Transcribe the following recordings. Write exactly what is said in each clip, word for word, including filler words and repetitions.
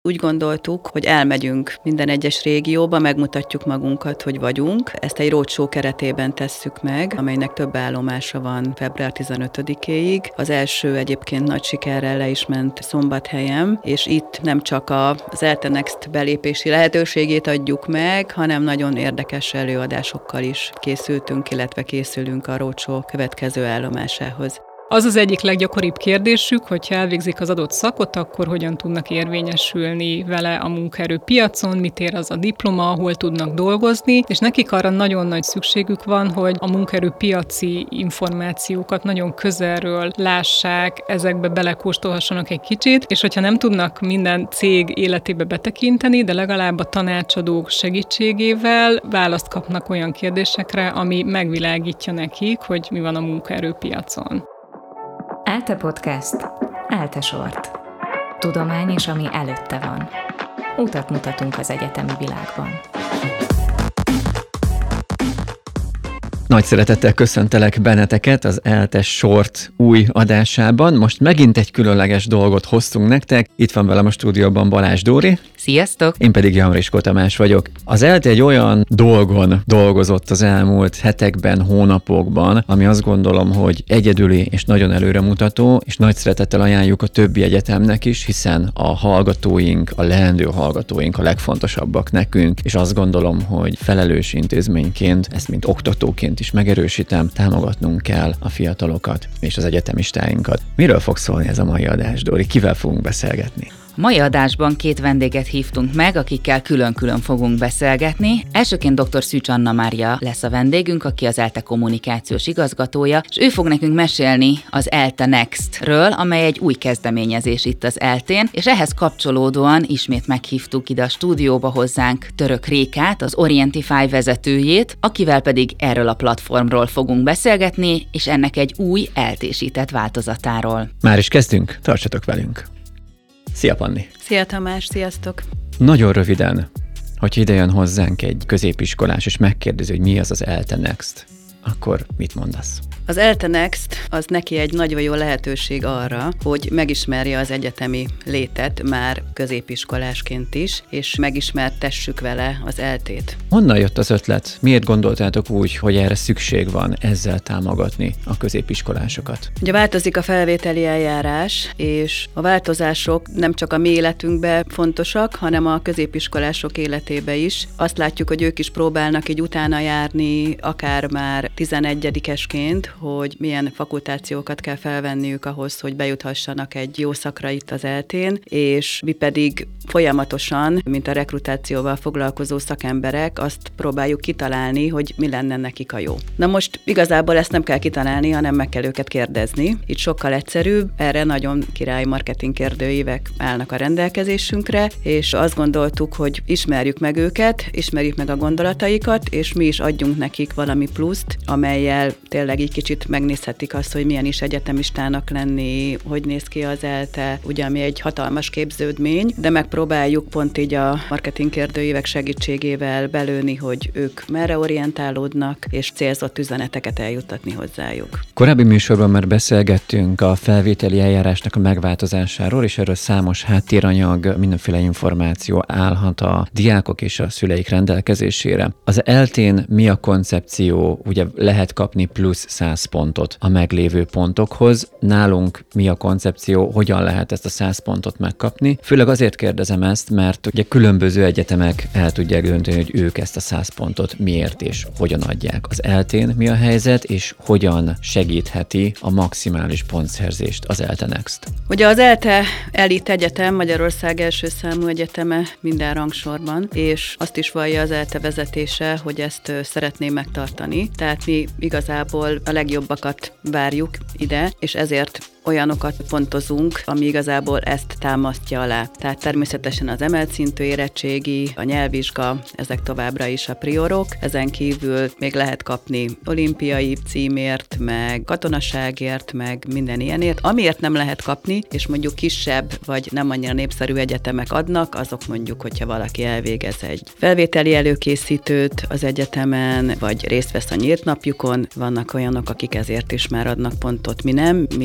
Úgy gondoltuk, hogy elmegyünk minden egyes régióba, megmutatjuk magunkat, hogy vagyunk. Ezt egy roadshow keretében tesszük meg, amelynek több állomása van február tizenötödikéig. Az első egyébként nagy sikerrel le is ment Szombathelyen, és itt nem csak az ELTE Next belépési lehetőségét adjuk meg, hanem nagyon érdekes előadásokkal is készültünk, illetve készülünk a roadshow következő állomásához. Az az egyik leggyakoribb kérdésük, hogyha elvégzik az adott szakot, akkor hogyan tudnak érvényesülni vele a munkaerőpiacon, mit ér az a diploma, hol tudnak dolgozni, és nekik arra nagyon nagy szükségük van, hogy a munkaerőpiaci információkat nagyon közelről lássák, ezekbe belekóstolhassanak egy kicsit, és hogyha nem tudnak minden cég életébe betekinteni, de legalább a tanácsadók segítségével választ kapnak olyan kérdésekre, ami megvilágítja nekik, hogy mi van a munkaerőpiacon. ELTE Podcast. ELTE Sort. Tudomány és ami előtte van. Utat mutatunk az egyetemi világban. Nagy szeretettel köszöntelek benneteket az ELTE Sort új adásában. Most megint egy különleges dolgot hoztunk nektek. Itt van velem a stúdióban Balázs Dóri. Sziasztok! Én pedig Jamriskó Tamás vagyok. Az ELTE egy olyan dolgon dolgozott az elmúlt hetekben, hónapokban, ami azt gondolom, hogy egyedüli és nagyon előremutató, és nagy szeretettel ajánljuk a többi egyetemnek is, hiszen a hallgatóink, a leendő hallgatóink a legfontosabbak nekünk, és azt gondolom, hogy felelős intézményként, ezt mint oktatóként is megerősítem, támogatnunk kell a fiatalokat és az egyetemistáinkat. Miről fog szólni ez a mai adás, Dóri? Kivel fogunk beszélgetni? Mai adásban két vendéget hívtunk meg, akikkel külön-külön fogunk beszélgetni. Elsőként dr. Szűcs Anna Mária lesz a vendégünk, aki az ELTE kommunikációs igazgatója, és ő fog nekünk mesélni az ELTE Next-ről, amely egy új kezdeményezés itt az ELTE-n, és ehhez kapcsolódóan ismét meghívtuk ide a stúdióba hozzánk Török Rékát, az Orientify vezetőjét, akivel pedig erről a platformról fogunk beszélgetni, és ennek egy új eltésített változatáról. Már is kezdünk? Tartsatok velünk! Szia, Panni! Szia, Tamás! Sziasztok! Nagyon röviden, hogy ide jön hozzánk egy középiskolás, és megkérdezi, hogy mi az az ELTE Next, akkor mit mondasz? Az ELTE Next az neki egy nagyon jó lehetőség arra, hogy megismerje az egyetemi létet már középiskolásként is, és megismertessük vele az eltét. Honnan jött az ötlet? Miért gondoltátok úgy, hogy erre szükség van ezzel támogatni a középiskolásokat? Ugye változik a felvételi eljárás, és a változások nem csak a mi életünkben fontosak, hanem a középiskolások életébe is. Azt látjuk, hogy ők is próbálnak így utána járni, akár már tizenegyedikesként, hogy milyen fakultációkat kell felvenniük ahhoz, hogy bejuthassanak egy jó szakra itt az eltén, és mi pedig folyamatosan, mint a rekrutációval foglalkozó szakemberek, azt próbáljuk kitalálni, hogy mi lenne nekik a jó. Na most igazából ezt nem kell kitalálni, hanem meg kell őket kérdezni. Itt sokkal egyszerűbb, erre nagyon király marketing kérdőívek állnak a rendelkezésünkre, és azt gondoltuk, hogy ismerjük meg őket, ismerjük meg a gondolataikat, és mi is adjunk nekik valami pluszt, amellyel tényleg így kicsit megnézhetik azt, hogy milyen is egyetemistának lenni, hogy néz ki az ELTE, ugye ami egy hatalmas képződmény, de megpróbáljuk pont így a marketing kérdőívek segítségével belőni, hogy ők merre orientálódnak, és célzott üzeneteket eljuttatni hozzájuk. Korábbi műsorban már beszélgettünk a felvételi eljárásnak a megváltozásáról, és erről számos háttéranyag, mindenféle információ állhat a diákok és a szüleik rendelkezésére. Az eltén mi a koncepció? Ugye lehet kapni plusz száz pontot a meglévő pontokhoz. Nálunk mi a koncepció, hogyan lehet ezt a száz pontot megkapni? Főleg azért kérdezem ezt, mert ugye különböző egyetemek el tudják dönteni, hogy ők ezt a száz pontot miért és hogyan adják. Az eltén mi a helyzet, és hogyan segítheti a maximális pontszerzést az ELTE Next? Ugye az ELTE elit egyetem, Magyarország első számú egyeteme minden rangsorban, és azt is vallja az ELTE vezetése, hogy ezt szeretné megtartani. Tehát mi igazából a legjobbakat várjuk ide, és ezért olyanokat pontozunk, ami igazából ezt támasztja alá. Tehát természetesen az emelt szintű érettségi, a nyelvvizsga, ezek továbbra is a priorok. Ezen kívül még lehet kapni olimpiai címért, meg katonaságért, meg minden ilyenért. Amiért nem lehet kapni, és mondjuk kisebb vagy nem annyira népszerű egyetemek adnak, azok mondjuk, hogyha valaki elvégez egy felvételi előkészítőt az egyetemen, vagy részt vesz a nyílt napjukon, vannak olyanok, akik ezért is már adnak pontot. Mi nem, mi tényleg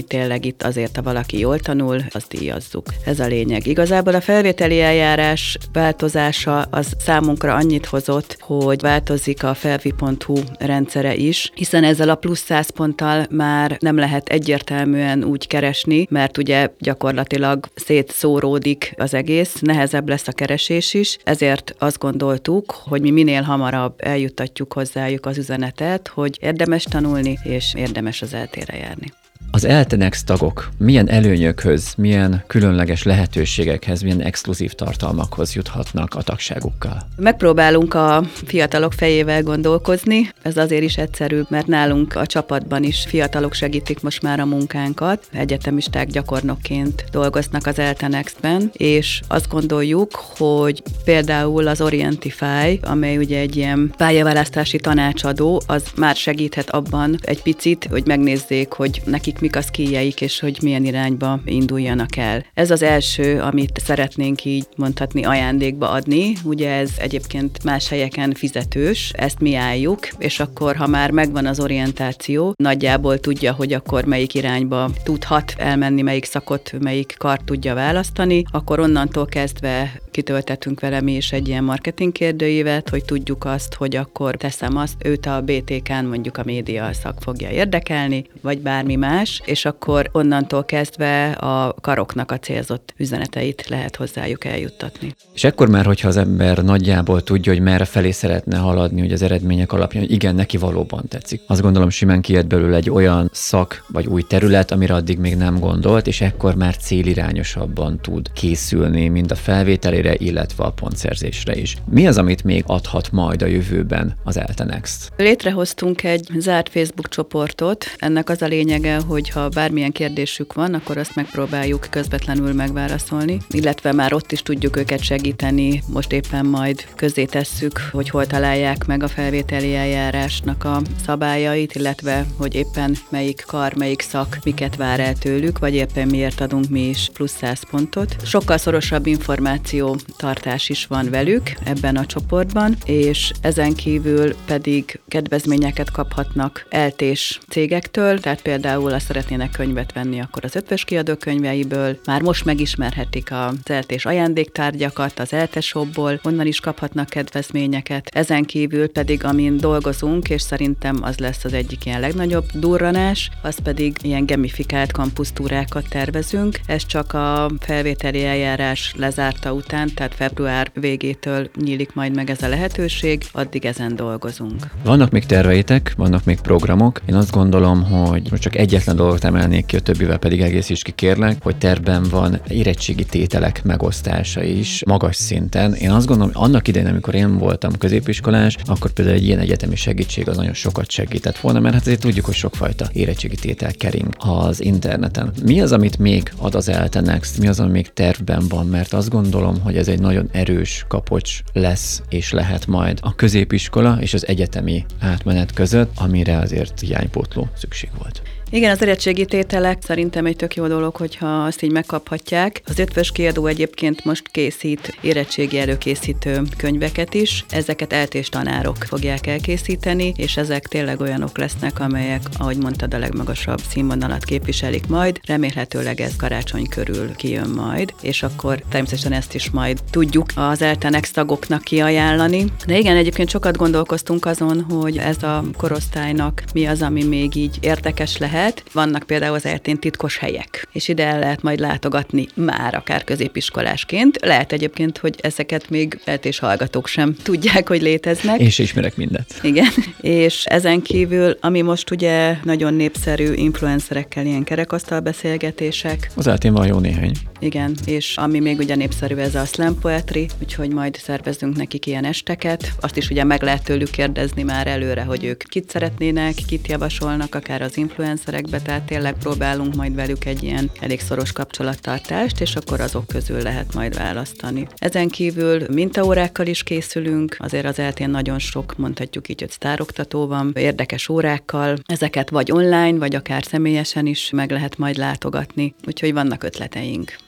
itt azért, ha valaki jól tanul, azt díjazzuk. Ez a lényeg. Igazából a felvételi eljárás változása az számunkra annyit hozott, hogy változik a felvi pont hu rendszere is, hiszen ezzel a plusz száz ponttal már nem lehet egyértelműen úgy keresni, mert ugye gyakorlatilag szétszóródik az egész, nehezebb lesz a keresés is, ezért azt gondoltuk, hogy mi minél hamarabb eljuttatjuk hozzájuk az üzenetet, hogy érdemes tanulni, és érdemes az eltére járni. Az ELTE-Next tagok milyen előnyökhöz, milyen különleges lehetőségekhez, milyen exkluzív tartalmakhoz juthatnak a tagságukkal? Megpróbálunk a fiatalok fejével gondolkozni, ez azért is egyszerű, mert nálunk a csapatban is fiatalok segítik most már a munkánkat, egyetemisták gyakornokként dolgoznak az ELTE-Next-ben, és azt gondoljuk, hogy például az Orientify, amely ugye egy ilyen pályaválasztási tanácsadó, az már segíthet abban egy picit, hogy megnézzék, hogy nekik mik a szkíjeik, és hogy milyen irányba induljanak el. Ez az első, amit szeretnénk így mondhatni ajándékba adni. Ugye ez egyébként más helyeken fizetős, ezt mi álljuk, és akkor, ha már megvan az orientáció, nagyjából tudja, hogy akkor melyik irányba tudhat elmenni, melyik szakot, melyik kart tudja választani, akkor onnantól kezdve kitöltetünk vele mi is egy ilyen marketing kérdőívet, hogy tudjuk azt, hogy akkor teszem azt, őt a bé té ká-n mondjuk a média szak fogja érdekelni, vagy bármi más, és akkor onnantól kezdve a karoknak a célzott üzeneteit lehet hozzájuk eljuttatni. És ekkor már, hogyha az ember nagyjából tudja, hogy merre felé szeretne haladni, hogy az eredmények alapján, hogy igen, neki valóban tetszik. Azt gondolom, simán kijött belőle egy olyan szak vagy új terület, amire addig még nem gondolt, és ekkor már célirányosabban tud készülni, mind a felvételére, illetve a pontszerzésre is. Mi az, amit még adhat majd a jövőben az ELTE-Next? Létrehoztunk egy zárt Facebook csoportot. Ennek az a lényege, hogy ha bármilyen kérdésük van, akkor azt megpróbáljuk közvetlenül megválaszolni, illetve már ott is tudjuk őket segíteni. Most éppen majd közzé tesszük, hogy hol találják meg a felvételi eljárásnak a szabályait, illetve hogy éppen melyik kar, melyik szak, miket vár el tőlük, vagy éppen miért adunk mi is plusz száz pontot. Sokkal szorosabb információ tartás is van velük ebben a csoportban, és ezen kívül pedig kedvezményeket kaphatnak eltés cégektől, tehát például ha szeretnének könyvet venni, akkor az Ötvös Kiadó könyveiből, már most megismerhetik az eltés ajándéktárgyakat az ELTE shopból, onnan is kaphatnak kedvezményeket. Ezen kívül pedig, amin dolgozunk, és szerintem az lesz az egyik ilyen legnagyobb durranás, az pedig ilyen gamifikált kampusztúrákat tervezünk. Ez csak a felvételi eljárás lezárta után, tehát február végétől nyílik majd meg ez a lehetőség, addig ezen dolgozunk. Vannak még terveitek, vannak még programok. Én azt gondolom, hogy most csak egyetlen dolgot emelnék ki, a többivel pedig egész is kikérlek, hogy tervben van érettségi tételek megosztása is magas szinten. Én azt gondolom, hogy annak idején, amikor én voltam középiskolás, akkor például egy ilyen egyetemi segítség az nagyon sokat segített volna, mert hát azért tudjuk, hogy sokfajta érettségi tétel kering az interneten. Mi az, amit még ad az ELTE-Next? Mi az, ami még tervben van? Mert azt gondolom, hogy ez egy nagyon erős kapocs lesz és lehet majd a középiskola és az egyetemi átmenet között, amire azért hiánypótló szükség volt. Igen, az érettségi tételek szerintem egy tök jó dolog, hogyha azt így megkaphatják. Az Ötvös Kiadó egyébként most készít érettségi előkészítő könyveket is. Ezeket eltés tanárok fogják elkészíteni, és ezek tényleg olyanok lesznek, amelyek, ahogy mondtad, a legmagasabb színvonalat képviselik majd. Remélhetőleg ez karácsony körül kijön majd, és akkor természetesen ezt is majd tudjuk az ELTE-Next tagoknak kiajánlani. De igen, egyébként sokat gondolkoztunk azon, hogy ez a korosztálynak mi az, ami még így érdekes lehet. Vannak például az eltén titkos helyek, és ide el lehet majd látogatni már akár középiskolásként. Lehet egyébként, hogy ezeket még eltés hallgatók sem tudják, hogy léteznek. És ismerek mindet. Igen, és ezen kívül, ami most ugye nagyon népszerű influencerekkel ilyen kerekasztal beszélgetések. Az eltén van jó néhány. Igen, és ami még ugye népszerű, ez a slam poetry, úgyhogy majd szervezzünk nekik ilyen esteket. Azt is ugye meg lehet tőlük kérdezni már előre, hogy ők kit szeretnének, kit javasolnak, akár az influencerekbe, tehát tényleg próbálunk majd velük egy ilyen elég szoros kapcsolattartást, és akkor azok közül lehet majd választani. Ezen kívül mintaórákkal is készülünk, azért az eltén nagyon sok, mondhatjuk így, hogy sztároktató van, érdekes órákkal, ezeket vagy online, vagy akár személyesen is meg lehet majd látogatni, úgyhogy vannak ötleteink.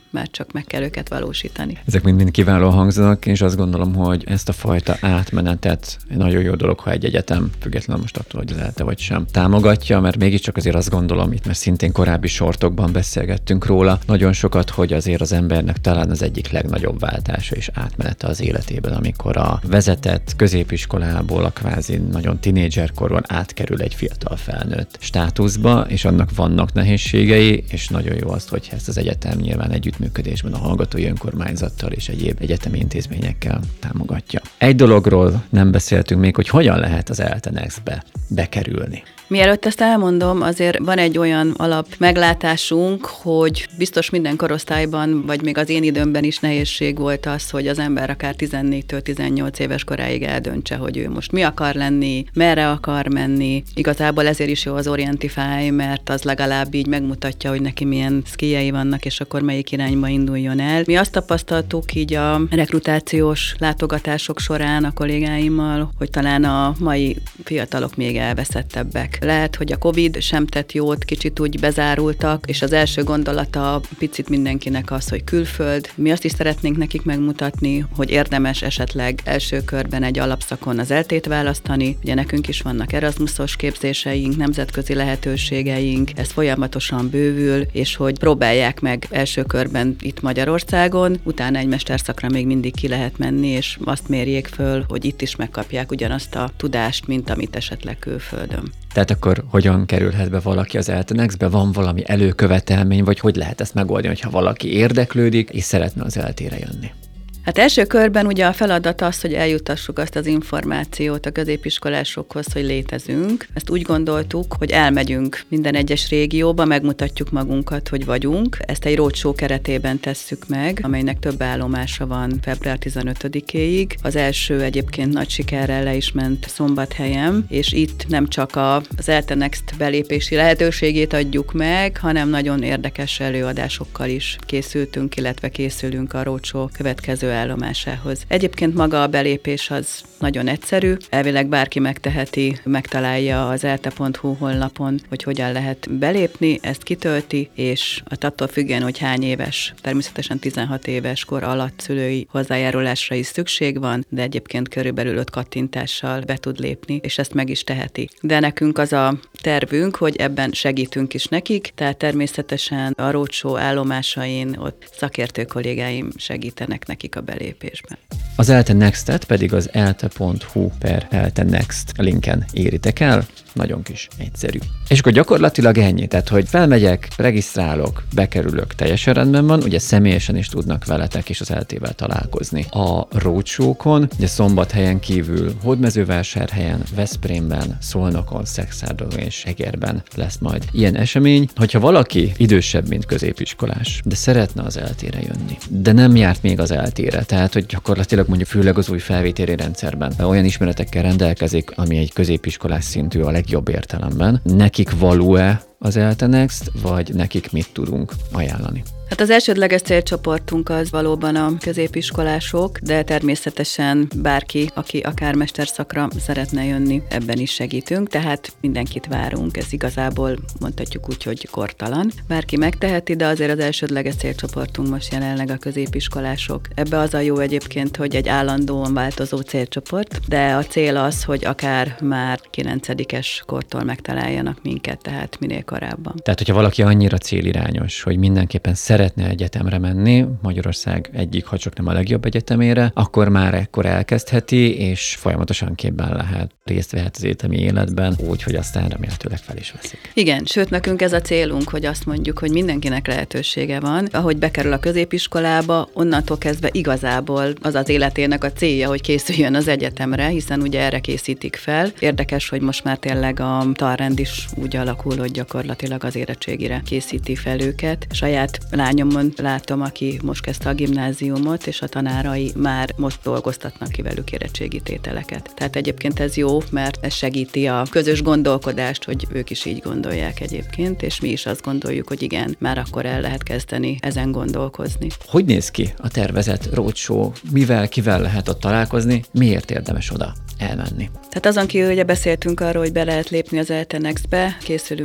már csak meg kell őket valósítani. Ezek mind-mind kiváló hangzanak, és azt gondolom, hogy ezt a fajta átmenetet nagyon jó dolog, ha egy egyetem, függetlenül most attól, hogy az ELTE vagy sem, támogatja, mert mégiscsak azért azt gondolom, itt mert szintén korábbi sortokban beszélgettünk róla, nagyon sokat, hogy azért az embernek talán az egyik legnagyobb váltása és átmenete az életében, amikor a vezetett középiskolából a kvázi nagyon tinédzserkorban átkerül egy fiatal felnőtt státuszba, és annak vannak nehézségei, és nagyon jó azt, hogy ezt az egyetem nyilván együttműködésben a hallgatói önkormányzattal és egyéb egyetemi intézményekkel támogatja. Egy dologról nem beszéltünk még, hogy hogyan lehet az ELTE Next-be bekerülni. Mielőtt ezt elmondom, azért van egy olyan alap meglátásunk, hogy biztos minden korosztályban, vagy még az én időmben is nehézség volt az, hogy az ember akár tizennégytől tizennyolc éves koráig eldöntse, hogy ő most mi akar lenni, merre akar menni. Igazából ezért is jó az Orientify, mert az legalább így megmutatja, hogy neki milyen szkijei vannak, és akkor melyik irányba induljon el. Mi azt tapasztaltuk így a rekrutációs látogatások során a kollégáimmal, hogy talán a mai fiatalok még elveszettebbek. Lehet, hogy a Covid sem tett jót, kicsit úgy bezárultak, és az első gondolata picit mindenkinek az, hogy külföld. Mi azt is szeretnénk nekik megmutatni, hogy érdemes esetleg első körben egy alapszakon az eltét választani. Ugye nekünk is vannak Erasmusos képzéseink, nemzetközi lehetőségeink, ez folyamatosan bővül, és hogy próbálják meg első körben itt Magyarországon, utána egy mesterszakra még mindig ki lehet menni, és azt mérjék föl, hogy itt is megkapják ugyanazt a tudást, mint amit esetleg külföldön. Tehát akkor hogyan kerülhet be valaki az ELTE Next-be? Van valami előkövetelmény, vagy hogy lehet ezt megoldani, hogyha valaki érdeklődik, és szeretne az eltére jönni? Hát első körben ugye a feladat az, hogy eljutassuk azt az információt a középiskolásokhoz, hogy létezünk. Ezt úgy gondoltuk, hogy elmegyünk minden egyes régióba, megmutatjuk magunkat, hogy vagyunk. Ezt egy roadshow keretében tesszük meg, amelynek több állomása van február tizenötödikéig. Az első egyébként nagy sikerrel le is ment Szombathelyen, és itt nem csak az ELTE Next belépési lehetőségét adjuk meg, hanem nagyon érdekes előadásokkal is készültünk, illetve készülünk a roadshow következő állomásához. Egyébként maga a belépés az nagyon egyszerű, elvileg bárki megteheti, megtalálja az elte pont hu honlapon, hogy hogyan lehet belépni, ezt kitölti, és attól függően, hogy hány éves, természetesen tizenhat éves kor alatt szülői hozzájárulásra is szükség van, de egyébként körülbelül öt kattintással be tud lépni, és ezt meg is teheti. De nekünk az a tervünk, hogy ebben segítünk is nekik, tehát természetesen a roadshow állomásain ott szakértő kollégáim segítenek nekik a belépésben. Az ELTE Next-et pedig az elte pont hu per ELTE Next linken éritek el, nagyon kis egyszerű. És akkor gyakorlatilag ennyi, tehát hogy felmegyek, regisztrálok, bekerülök, teljesen rendben van, ugye személyesen is tudnak veletek és az eltével találkozni. A roadshow-kon, ugye Szombathelyen kívül Hódmezővásárhelyen, Veszprémben, Szolnokon, Szekszárton és Egerben lesz majd ilyen esemény. Hogyha valaki idősebb, mint középiskolás, de szeretne az eltére jönni, de nem járt még az eltére, tehát hogy gyakorlatilag mondjuk főleg az új felvételi rendszerben olyan ismeretekkel rendelkezik, ami egy középiskolás szintű a legjobb értelemben. Nekik való-e az ELTE Next, vagy nekik mit tudunk ajánlani? Hát az elsődleges célcsoportunk az valóban a középiskolások, de természetesen bárki, aki akár mesterszakra szeretne jönni, ebben is segítünk, tehát mindenkit várunk, ez igazából mondhatjuk úgy, hogy kortalan. Bárki megteheti, de azért az elsődleges célcsoportunk most jelenleg a középiskolások. Ebbe az a jó egyébként, hogy egy állandóan változó célcsoport, de a cél az, hogy akár már kilencedikes kortól megtaláljanak minket, tehát minél korábban. Tehát, hogyha valaki annyira célirányos, hogy mindenképpen szeretne egyetemre menni, Magyarország egyik, ha csak nem a legjobb egyetemére, akkor már ekkor elkezdheti, és folyamatosan képben lehet, részt vehet az egyetemi életben, úgy, hogy aztán remélhetőleg fel is veszik. Igen, sőt, nekünk ez a célunk, hogy azt mondjuk, hogy mindenkinek lehetősége van. Ahogy bekerül a középiskolába, onnantól kezdve igazából az az életének a célja, hogy készüljön az egyetemre, hiszen ugye erre készítik fel. Érdekes, hogy most már tényleg a tanrend is úgy alakul, hogy gyakorlatilag az érettségire készíti fel őket. Saját lányomon látom, aki most kezdte a gimnáziumot, és a tanárai már most dolgoztatnak ki velük érettségi tételeket. Tehát egyébként ez jó, mert ez segíti a közös gondolkodást, hogy ők is így gondolják egyébként, és mi is azt gondoljuk, hogy igen, már akkor el lehet kezdeni ezen gondolkozni. Hogy néz ki a tervezett roadshow? Mivel, kivel lehet ott találkozni? Miért érdemes oda elmenni? Tehát azon kívül ugye beszéltünk arról, hogy be lehet lépni az ELTE Next-be, készülünk az Orientify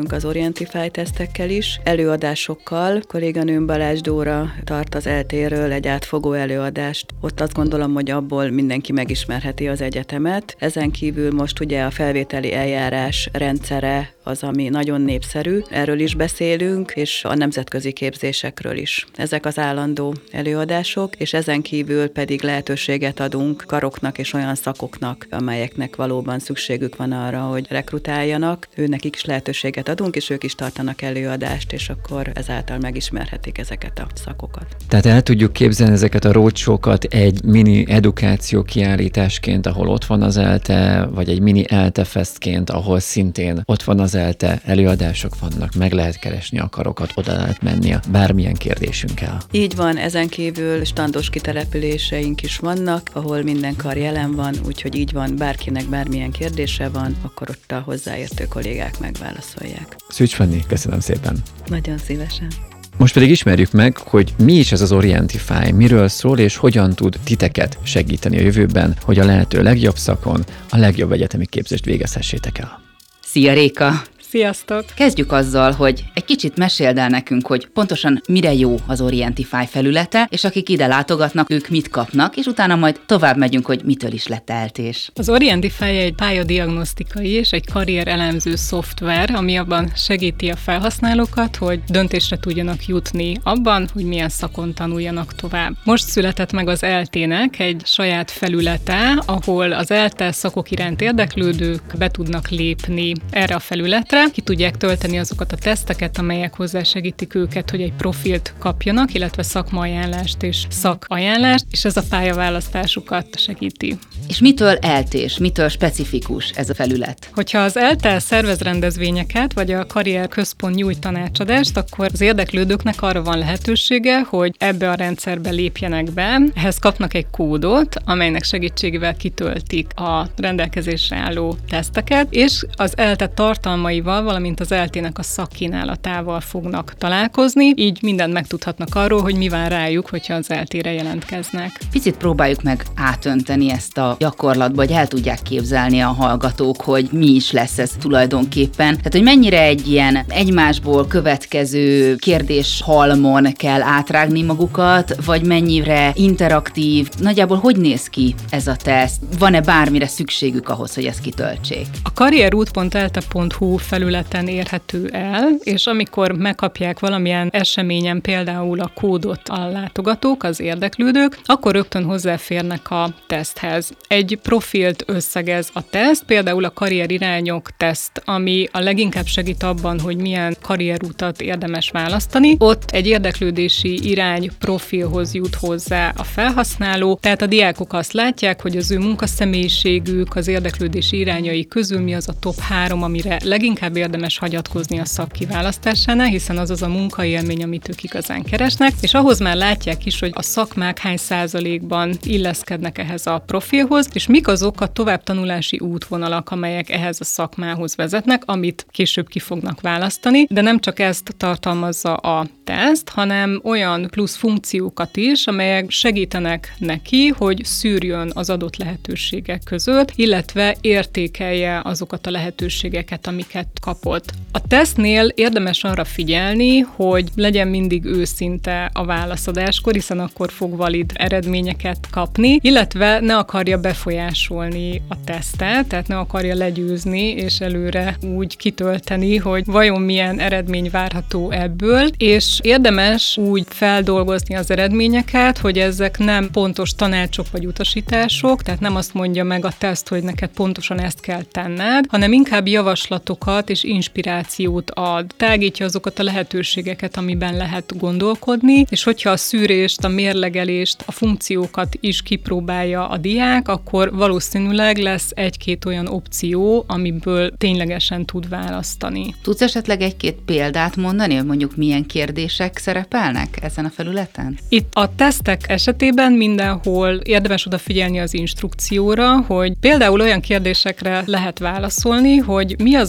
Orientify tesztekkel is, előadásokkal. Kolléganőm Balázs Dóra tart az eltéről egy átfogó előadást. Ott azt gondolom, hogy abból mindenki megismerheti az egyetemet. Ezen kívül most ugye a felvételi eljárás rendszere az, ami nagyon népszerű. Erről is beszélünk, és a nemzetközi képzésekről is. Ezek az állandó előadások, és ezen kívül pedig lehetőséget adunk karoknak és olyan szakoknak, amelyeknek valóban szükségük van arra, hogy rekrutáljanak. Őnekik is lehetőséget adunk, és ők is tartanak előadást, és akkor ezáltal megismerhetik ezeket a szakokat. Tehát el tudjuk képzelni ezeket a roadshow-kat egy mini edukáció kiállításként, ahol ott van az ELTE, vagy egy mini ELTE festként, ahol szintén ott van az ELTE, előadások vannak, meg lehet keresni a karokat, oda lehet menni a bármilyen kérdésünkkel. Így van, ezen kívül standos kitelepüléseink is vannak, ahol minden kar jelen van, úgyhogy így van, bárkinek bármilyen kérdése van, akkor ott a hozzáértő kollégák megválaszolják. Szűcs Fanni, köszönöm szépen. Nagyon szívesen. Most pedig ismerjük meg, hogy mi is ez az Orientify, miről szól, és hogyan tud titeket segíteni a jövőben, hogy a lehető legjobb szakon a legjobb egyetemi képzést végezhessétek el. Szia Réka! Sziasztok! Kezdjük azzal, hogy egy kicsit meséld el nekünk, hogy pontosan mire jó az Orientify felülete, és akik ide látogatnak, ők mit kapnak, és utána majd tovább megyünk, hogy mitől is lett eltés. Az Orientify egy pályadiagnosztikai és egy karrierelemző szoftver, ami abban segíti a felhasználókat, hogy döntésre tudjanak jutni abban, hogy milyen szakon tanuljanak tovább. Most született meg az eltének egy saját felülete, ahol az ELTE szakok iránt érdeklődők be tudnak lépni erre a felületre, ki tudják tölteni azokat a teszteket, amelyek hozzásegítik őket, hogy egy profilt kapjanak, illetve szakmaajánlást és szakajánlást, és ez a pályaválasztásukat segíti. És mitől eltés, mitől specifikus ez a felület? Hogyha az ELTE szervez rendezvényeket, vagy a karrier központ nyújt tanácsadást, akkor az érdeklődőknek arra van lehetősége, hogy ebbe a rendszerbe lépjenek be. Ehhez kapnak egy kódot, amelynek segítségével kitöltik a rendelkezésre álló teszteket, és az ELTE tartalmaival, valamint az eltének a szakkínálatával fognak találkozni, így mindent megtudhatnak arról, hogy mi vár rájuk, hogyha az eltére jelentkeznek. Picit próbáljuk meg átönteni ezt a gyakorlatba, hogy el tudják képzelni a hallgatók, hogy mi is lesz ez tulajdonképpen. Tehát, hogy mennyire egy ilyen egymásból következő kérdéshalmon kell átrágni magukat, vagy mennyire interaktív. Nagyjából hogy néz ki ez a teszt? Van-e bármire szükségük ahhoz, hogy ezt kitöltsék? A karrierút pont elte pont hu felületen érhető el, és amikor megkapják valamilyen eseményen például a kódot a látogatók, az érdeklődők, akkor rögtön hozzáférnek a teszthez. Egy profilt összegez a teszt, például a karrierirányok teszt, ami a leginkább segít abban, hogy milyen karrierutat érdemes választani. Ott egy érdeklődési irány profilhoz jut hozzá a felhasználó, tehát a diákok azt látják, hogy az ő munkaszemélyiségük, az érdeklődési irányai közül mi az a top három, amire leginkább érdemes hagyatkozni a szak kiválasztásánál, hiszen az az a munkaélmény, amit ők igazán keresnek, és ahhoz már látják is, hogy a szakmák hány százalékban illeszkednek ehhez a profilhoz, és mik azok a továbbtanulási útvonalak, amelyek ehhez a szakmához vezetnek, amit később ki fognak választani, de nem csak ezt tartalmazza a teszt, hanem olyan plusz funkciókat is, amelyek segítenek neki, hogy szűrjön az adott lehetőségek között, illetve értékelje azokat a lehetőségeket, amiket kapott. A tesztnél érdemes arra figyelni, hogy legyen mindig őszinte a válaszadáskor, hiszen akkor fog valid eredményeket kapni, illetve ne akarja befolyásolni a tesztet, tehát ne akarja legyőzni és előre úgy kitölteni, hogy vajon milyen eredmény várható ebből, és érdemes úgy feldolgozni az eredményeket, hogy ezek nem pontos tanácsok vagy utasítások, tehát nem azt mondja meg a teszt, hogy neked pontosan ezt kell tenned, hanem inkább javaslatokat és inspirációt ad. Tágítja azokat a lehetőségeket, amiben lehet gondolkodni, és hogyha a szűrést, a mérlegelést, a funkciókat is kipróbálja a diák, akkor valószínűleg lesz egy-két olyan opció, amiből ténylegesen tud választani. Tudsz esetleg egy-két példát mondani, hogy mondjuk milyen kérdések szerepelnek ezen a felületen? Itt a tesztek esetében mindenhol érdemes odafigyelni az instrukcióra, hogy például olyan kérdésekre lehet válaszolni, hogy mi az a munka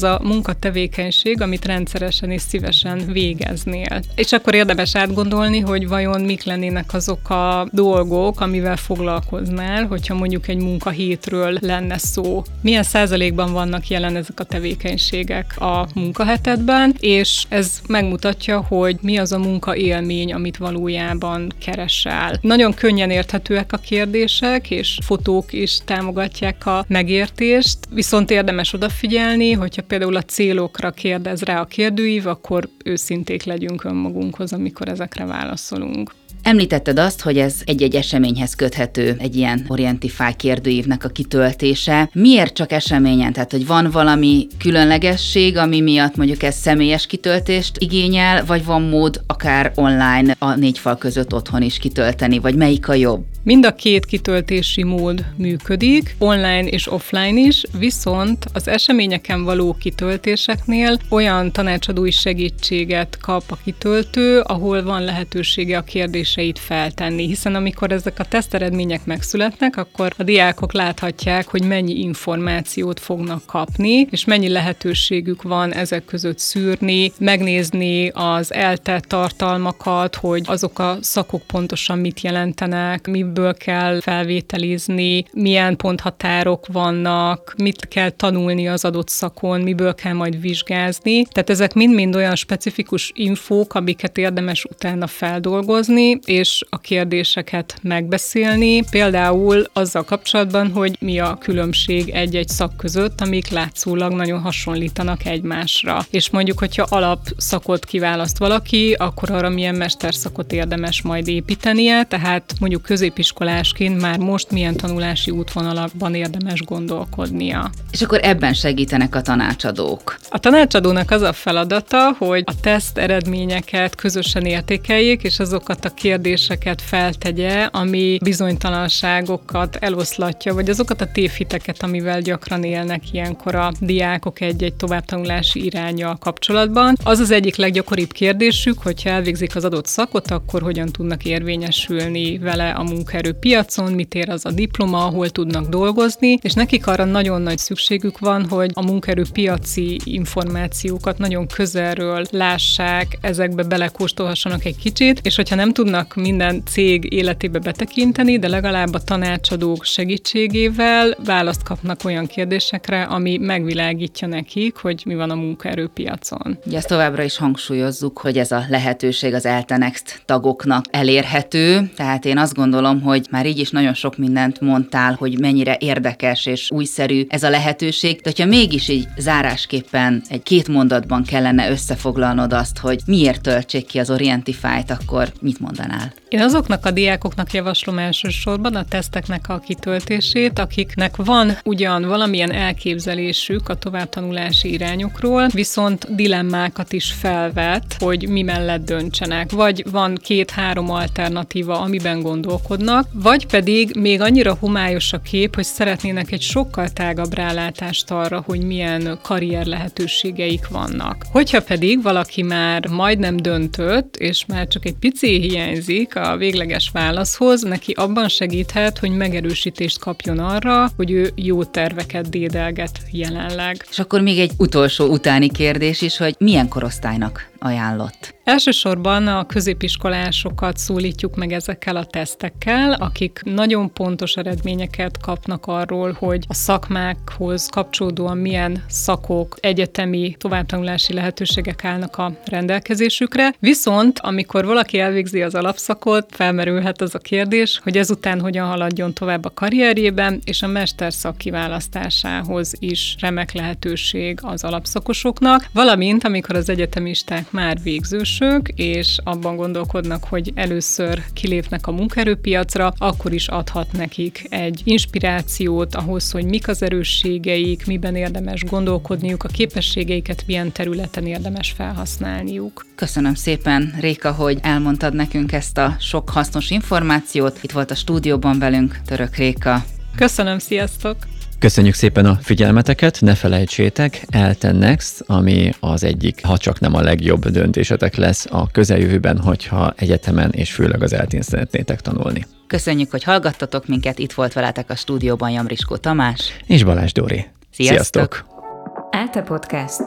munkatevékenység, amit rendszeresen és szívesen végeznél. És akkor érdemes átgondolni, hogy vajon mik lennének azok a dolgok, amivel foglalkoznál, hogyha mondjuk egy munkahétről lenne szó. Milyen százalékban vannak jelen ezek a tevékenységek a munkahetedben, és ez megmutatja, hogy mi az a munkaélmény, amit valójában keresel. Nagyon könnyen érthetőek a kérdések, és fotók is támogatják a megértést, viszont érdemes odafigyelni, hogyha például a célokra kérdez rá a kérdőív, akkor őszinték legyünk önmagunkhoz, amikor ezekre válaszolunk. Említetted azt, hogy ez egy-egy eseményhez köthető egy ilyen Orientify kérdőívnek a kitöltése. Miért csak eseményen? Tehát, hogy van valami különlegesség, ami miatt mondjuk ez személyes kitöltést igényel, vagy van mód akár online a négy fal között otthon is kitölteni, vagy melyik a jobb? Mind a két kitöltési mód működik, online és offline is, viszont az eseményeken való kitöltéseknél olyan tanácsadói segítséget kap a kitöltő, ahol van lehetősége a kérdéseit feltenni, hiszen amikor ezek a teszteredmények megszületnek, akkor a diákok láthatják, hogy mennyi információt fognak kapni, és mennyi lehetőségük van ezek között szűrni, megnézni az eltelt tartalmakat, hogy azok a szakok pontosan mit jelentenek, mi miből kell felvételizni, milyen ponthatárok vannak, mit kell tanulni az adott szakon, miből kell majd vizsgázni. Tehát ezek mind-mind olyan specifikus infók, amiket érdemes utána feldolgozni, és a kérdéseket megbeszélni. Például azzal kapcsolatban, hogy mi a különbség egy-egy szak között, amik látszólag nagyon hasonlítanak egymásra. És mondjuk, hogyha alapszakot kiválaszt valaki, akkor arra milyen mesterszakot érdemes majd építenie, tehát mondjuk középiskolásként már most milyen tanulási útvonalakban érdemes gondolkodnia. És akkor ebben segítenek a tanácsadók. A tanácsadónak az a feladata, hogy a teszt eredményeket közösen értékeljék, és azokat a kérdéseket feltegye, ami bizonytalanságokat eloszlatja, vagy azokat a tévhiteket, amivel gyakran élnek ilyenkor a diákok egy-egy továbbtanulási iránnyal kapcsolatban. Az az egyik leggyakoribb kérdésük, hogyha elvégzik az adott szakot, akkor hogyan tudnak érvényesülni vele a munkaerőpiacon, mit ér az a diploma, hol tudnak dolgozni, és nekik arra nagyon nagy szükségük van, hogy a munkaerőpiaci információkat nagyon közelről lássák, ezekbe belekóstolhassanak egy kicsit, és hogyha nem tudnak minden cég életébe betekinteni, de legalább a tanácsadók segítségével választ kapnak olyan kérdésekre, ami megvilágítja nekik, hogy mi van a munkaerőpiacon. Ugye ezt továbbra is hangsúlyozzuk, hogy ez a lehetőség az ELTE-Next tagoknak elérhető, tehát én azt gondolom, hogy már így is nagyon sok mindent mondtál, hogy mennyire érdekes és újszerű ez a lehetőség, de hogyha mégis így zárásképpen egy két mondatban kellene összefoglalnod azt, hogy miért töltsék ki az Orientify-t, akkor mit mondanál? Én azoknak a diákoknak javaslom elsősorban a teszteknek a kitöltését, akiknek van ugyan valamilyen elképzelésük a továbbtanulási irányokról, viszont dilemmákat is felvet, hogy mi mellett döntsenek. Vagy van két-három alternatíva, amiben gondolkodnak, vagy pedig még annyira homályos a kép, hogy szeretnének egy sokkal tágabb rálátást arra, hogy milyen karrier lehetőségeik vannak. Hogyha pedig valaki már majdnem döntött, és már csak egy pici hiányzik a végleges válaszhoz, neki abban segíthet, hogy megerősítést kapjon arra, hogy ő jó terveket dédelget jelenleg. És akkor még egy utolsó utáni kérdés is, hogy milyen korosztálynak ajánlott? Elsősorban a középiskolásokat szólítjuk meg ezekkel a tesztekkel, akik nagyon pontos eredményeket kapnak arról, hogy a szakmákhoz kapcsolódóan milyen szakok, egyetemi továbbtanulási lehetőségek állnak a rendelkezésükre. Viszont, amikor valaki elvégzi az alapszakot, felmerülhet az a kérdés, hogy ezután hogyan haladjon tovább a karrierjében, és a mesterszak kiválasztásához is remek lehetőség az alapszakosoknak, valamint amikor az egyetemisták már végzősök, és abban gondolkodnak, hogy először kilépnek a munkaerőpiacra, akkor is adhat nekik egy inspirációt ahhoz, hogy mik az erősségeik, miben érdemes gondolkodniuk, a képességeiket milyen területen érdemes felhasználniuk. Köszönöm szépen, Réka, hogy elmondtad nekünk ezt a sok hasznos információt. Itt volt a stúdióban velünk Török Réka. Köszönöm, sziasztok! Köszönjük szépen a figyelmeteket, ne felejtsétek, ELTE-Next, ami az egyik, ha csak nem a legjobb döntésetek lesz a közeljövőben, hogyha egyetemen és főleg az ELTE-n szeretnétek tanulni. Köszönjük, hogy hallgattatok minket, itt volt veletek a stúdióban Jamriskó Tamás és Balázs Dóri. Sziasztok! Sziasztok! ELTE Podcast.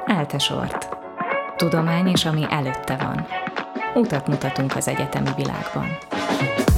Áltesort. Tudomány és ami előtte van. Utat mutatunk az egyetemi világban.